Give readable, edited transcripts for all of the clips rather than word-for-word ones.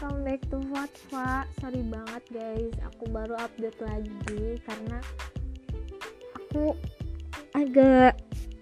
welcome back to Fatwa. Sorry banget guys, aku baru update lagi karena aku agak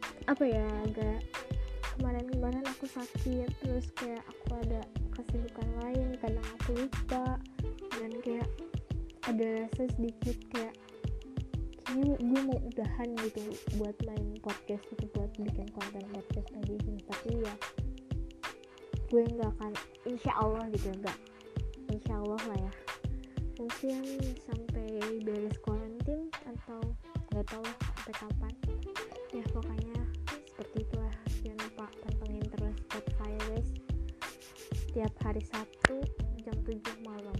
kemarin aku sakit, terus kayak aku ada kesibukan lain, kadang aku lupa dan kayak ada rasa sedikit kayak gue mau udahan gitu buat main podcast gitu, buat bikin konten podcast lagi gitu. Tapi ya gue nggak akan, insya Allah lah ya, mungkin sampai beres karantin atau nggak tahu lah sampai kapan ya, pokoknya seperti itulah. Jangan lupa pantengin terus Spotify guys, setiap hari Sabtu jam 7 malam.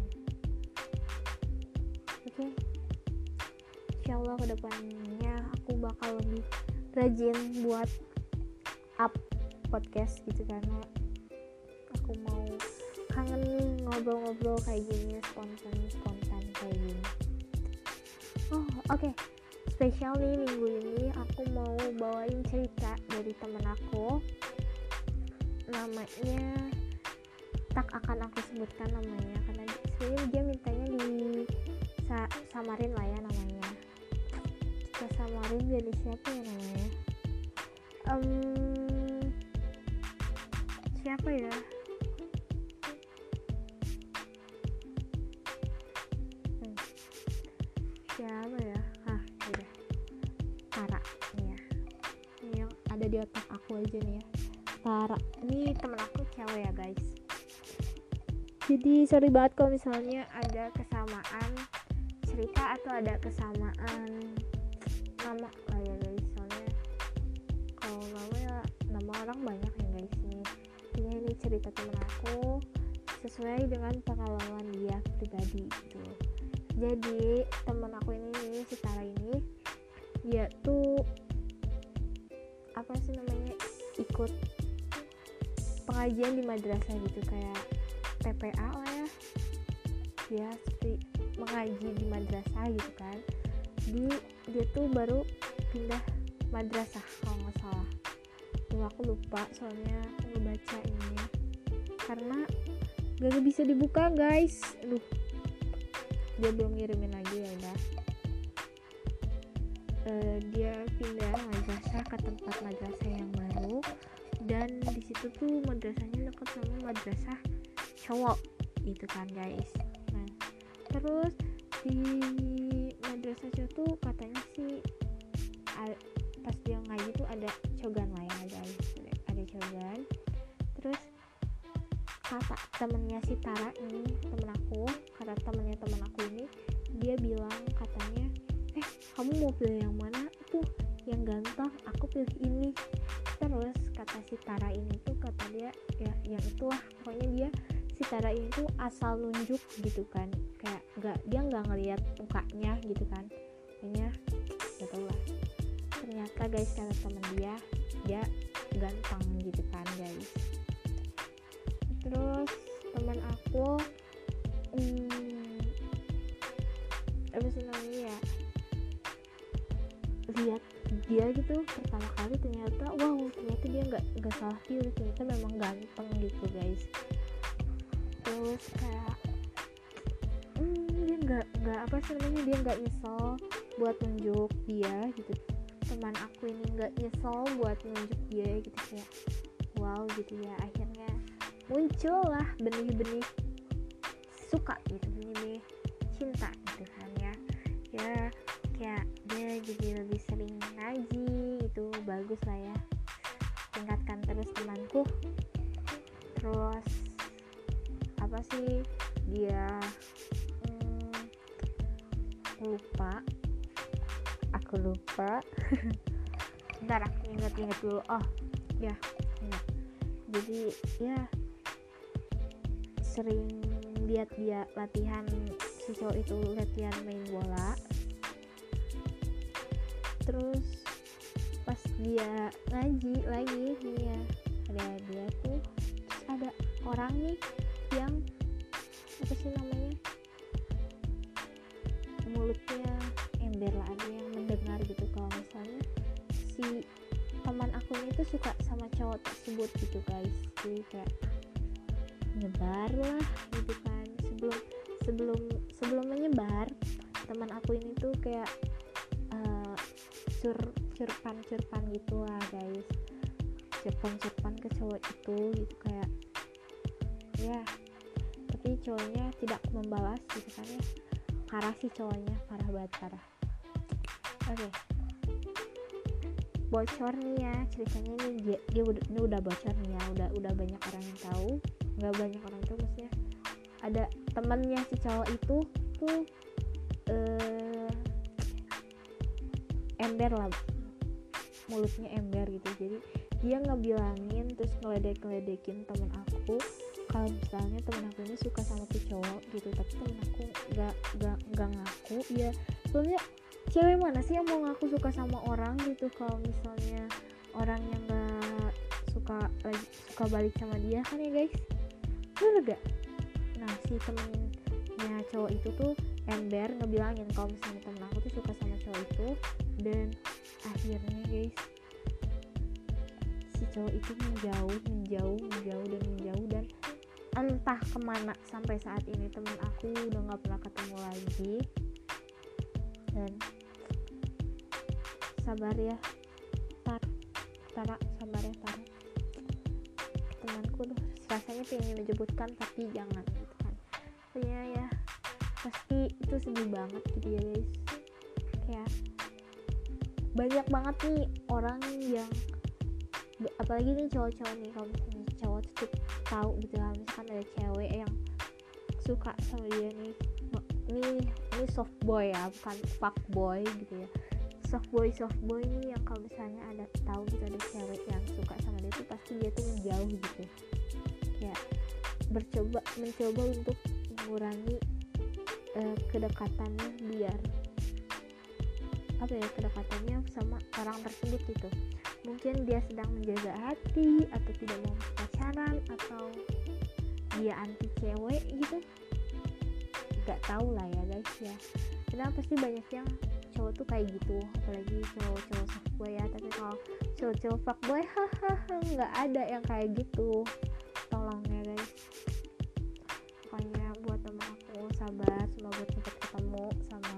Oke. Insyaallah kedepannya aku bakal lebih rajin buat up podcast gitu, karena aku mau kangen ngobrol-ngobrol kayak gini, spontan kayak gini. Oke. Spesial nih minggu ini aku mau bawain cerita dari temen aku, namanya tak akan aku sebutkan namanya karena sebenarnya dia mintanya samarin lah ya namanya. Kita samarin jadi siapa ya namanya? Siapa ya? Siapa ya? Udah. Tara nih ya. Ini yang ada di otak aku aja nih ya. Tara. Ini temen aku cewek ya guys. Jadi sorry banget kalau misalnya ada kesamaan cerita atau ada kesamaan nama lah ya guys. Soalnya kalau nama ya nama orang banyak ya guys nih. Ini cerita temen aku sesuai dengan pengalaman dia pribadi gitu. Jadi temen aku ini nih, si Tara ini, dia tuh ikut pengajian di madrasah gitu, kayak PPA lah ya. Dia seperti mengaji di madrasah gitu kan. Dia tuh baru pindah madrasah kalau nggak salah. Aku lupa soalnya aku ngebaca ini karena gak bisa dibuka guys. Dia belum ngirimin lagi ya udah. Dia pindah madrasah ke tempat madrasah yang baru, dan di situ tuh madrasahnya dekat sama madrasah cowok gitu kan guys. Nah terus di madrasah cowok tuh katanya sih pas dia ngaji tuh ada cogan lah ya guys, ada cogan. Terus kata temennya si Tara ini, kata temennya temen aku ini, dia bilang katanya, kamu mau pilih yang mana tuh, yang ganteng, aku pilih ini. Terus kata si Tara ini tuh, kata dia ya yang itulah, pokoknya si Tara ini tuh asal nunjuk gitu kan, kayak dia nggak ngelihat mukanya gitu kan, pokoknya gak tau lah. Ternyata guys kata temen dia ganteng gitu kan guys. Terus teman aku lihat dia gitu pertama kali, ternyata dia nggak salah pilih, ternyata memang ganteng gitu guys. Terus kayak dia nggak nyesel buat nunjuk dia gitu. Teman aku ini nggak nyesel buat nunjuk dia gitu, kayak wow gitu ya. Akhirnya muncullah benih-benih suka gitu, benih-benih cinta gitu kan ya kayak dia jadi lebih sering ngaji, itu bagus lah ya, tingkatkan terus temanku. Terus dia aku lupa bentar aku ingat dulu. Ingat. Jadi ya sering lihat dia latihan, si cowok itu latihan main bola. Terus pas dia ngaji lagi nih ya, ada dia tuh, terus ada orang nih yang mulutnya ember lah, ada yang mendengar gitu kalau misalnya si teman aku ini tuh suka sama cowok tersebut gitu guys. Jadi kayak nyebar lah gitu kan. sebelum menyebar, teman aku ini tuh kayak curpan gitu lah guys, curpan ke cowok itu gitu, kayak ya, tapi cowoknya tidak membalas gitu kan ya. Parah sih cowoknya, parah banget, parah. Oke. Bocor nih ya ceritanya, ini dia udah bocor nih ya, udah banyak orang yang tahu. Nggak banyak orang tahu, maksudnya ada temannya si cowok itu tuh ember lah, mulutnya ember gitu. Jadi dia ngebilangin terus ngeledek-ledekin temen aku kalau misalnya temen aku ini suka sama tuh cowok gitu, tapi temen aku nggak ngaku ya. Soalnya cewek mana sih yang mau ngaku suka sama orang gitu kalau misalnya orang yang nggak suka balik sama dia kan ya guys, bener gak? Nah si temennya cowok itu tuh ember ngebilangin kalau misalnya temen aku tuh suka sama cowok itu, dan akhirnya guys si cowok itu menjauh dan entah kemana sampai saat ini. Temen aku udah nggak pernah ketemu lagi. Dan sabar ya Tara, temanku tuh rasanya pengen menyebutkan tapi jangan gitu kan. Pokoknya ya pasti itu sedih banget gitu ya guys. Kayak banyak banget nih orang yang, apalagi nih cowok-cowok nih, kalau misalnya cowok tuh tahu gitu lah, misalkan ada cewek yang suka sama dia nih, ini soft boy ya, bukan fuck boy gitu ya. Soft boy nih yang kalau misalnya ada tahu gitu ada cewek yang suka sama dia tuh pasti dia tuh menjauh gitu, kayak mencoba untuk mengurangi kedekatannya, biar kedekatannya sama orang tersebut gitu. Mungkin dia sedang menjaga hati, atau tidak mau pacaran, atau dia anti cewek gitu, nggak tahu lah ya guys ya. Kenapa sih banyak yang cowok tuh kayak gitu, apalagi cowok fuckboy ya. Tapi kalau cowok fuckboy nggak ada yang kayak gitu, tolong ya guys. Pokoknya buat temen aku sabar, semoga cepat ketemu sama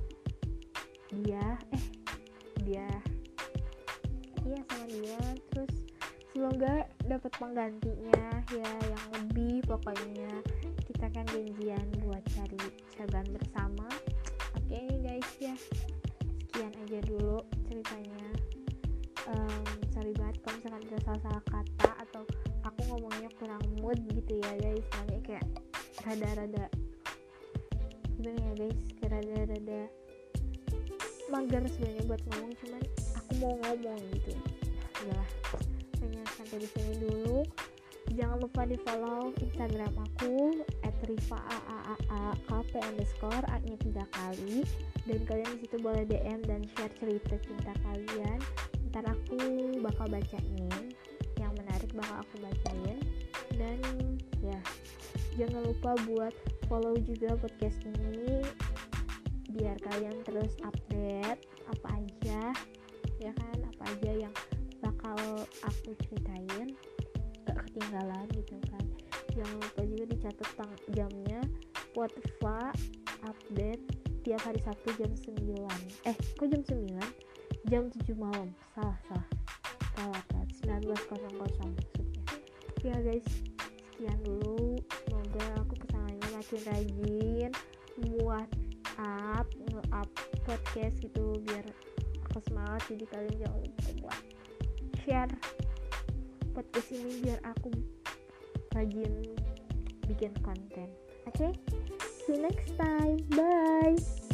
dia, terus semoga dapat penggantinya ya yang lebih. Pokoknya kita kan janjian buat cari jalan bersama. Oke guys ya, sekian aja dulu ceritanya. Sorry banget kalau misalkan ada salah kata atau aku ngomongnya kurang mood gitu ya guys. Nanti kayak rada gimana ya guys, kayak rada mager sebenarnya buat ngomong, cuman aku mau ngomong gitu. Udah, hanya sampai di sini dulu. Jangan lupa di follow Instagram aku @rifa_kp_ A-nya 3 kali, dan kalian disitu boleh DM dan share cerita cinta kalian. Ntar aku bakal bacain, yang menarik bakal aku bacain. Dan ya jangan lupa buat follow juga podcast ini biar kalian terus update apa aja ya kan, apa aja yang bakal aku ceritain, gak ketinggalan gitu kan. Jangan lupa juga dicatat jamnya. Spotify update tiap hari Sabtu jam 9. Kok jam 9? Jam 7 malam. Salah 19.00 maksudnya. Ya guys, sekian dulu. Semoga aku kesananya makin rajin buat nge-up podcast gitu biar aku semangat. Jadi kalian jangan lupa buat share podcast ini biar aku rajin bikin konten. Oke? See you next time. Bye.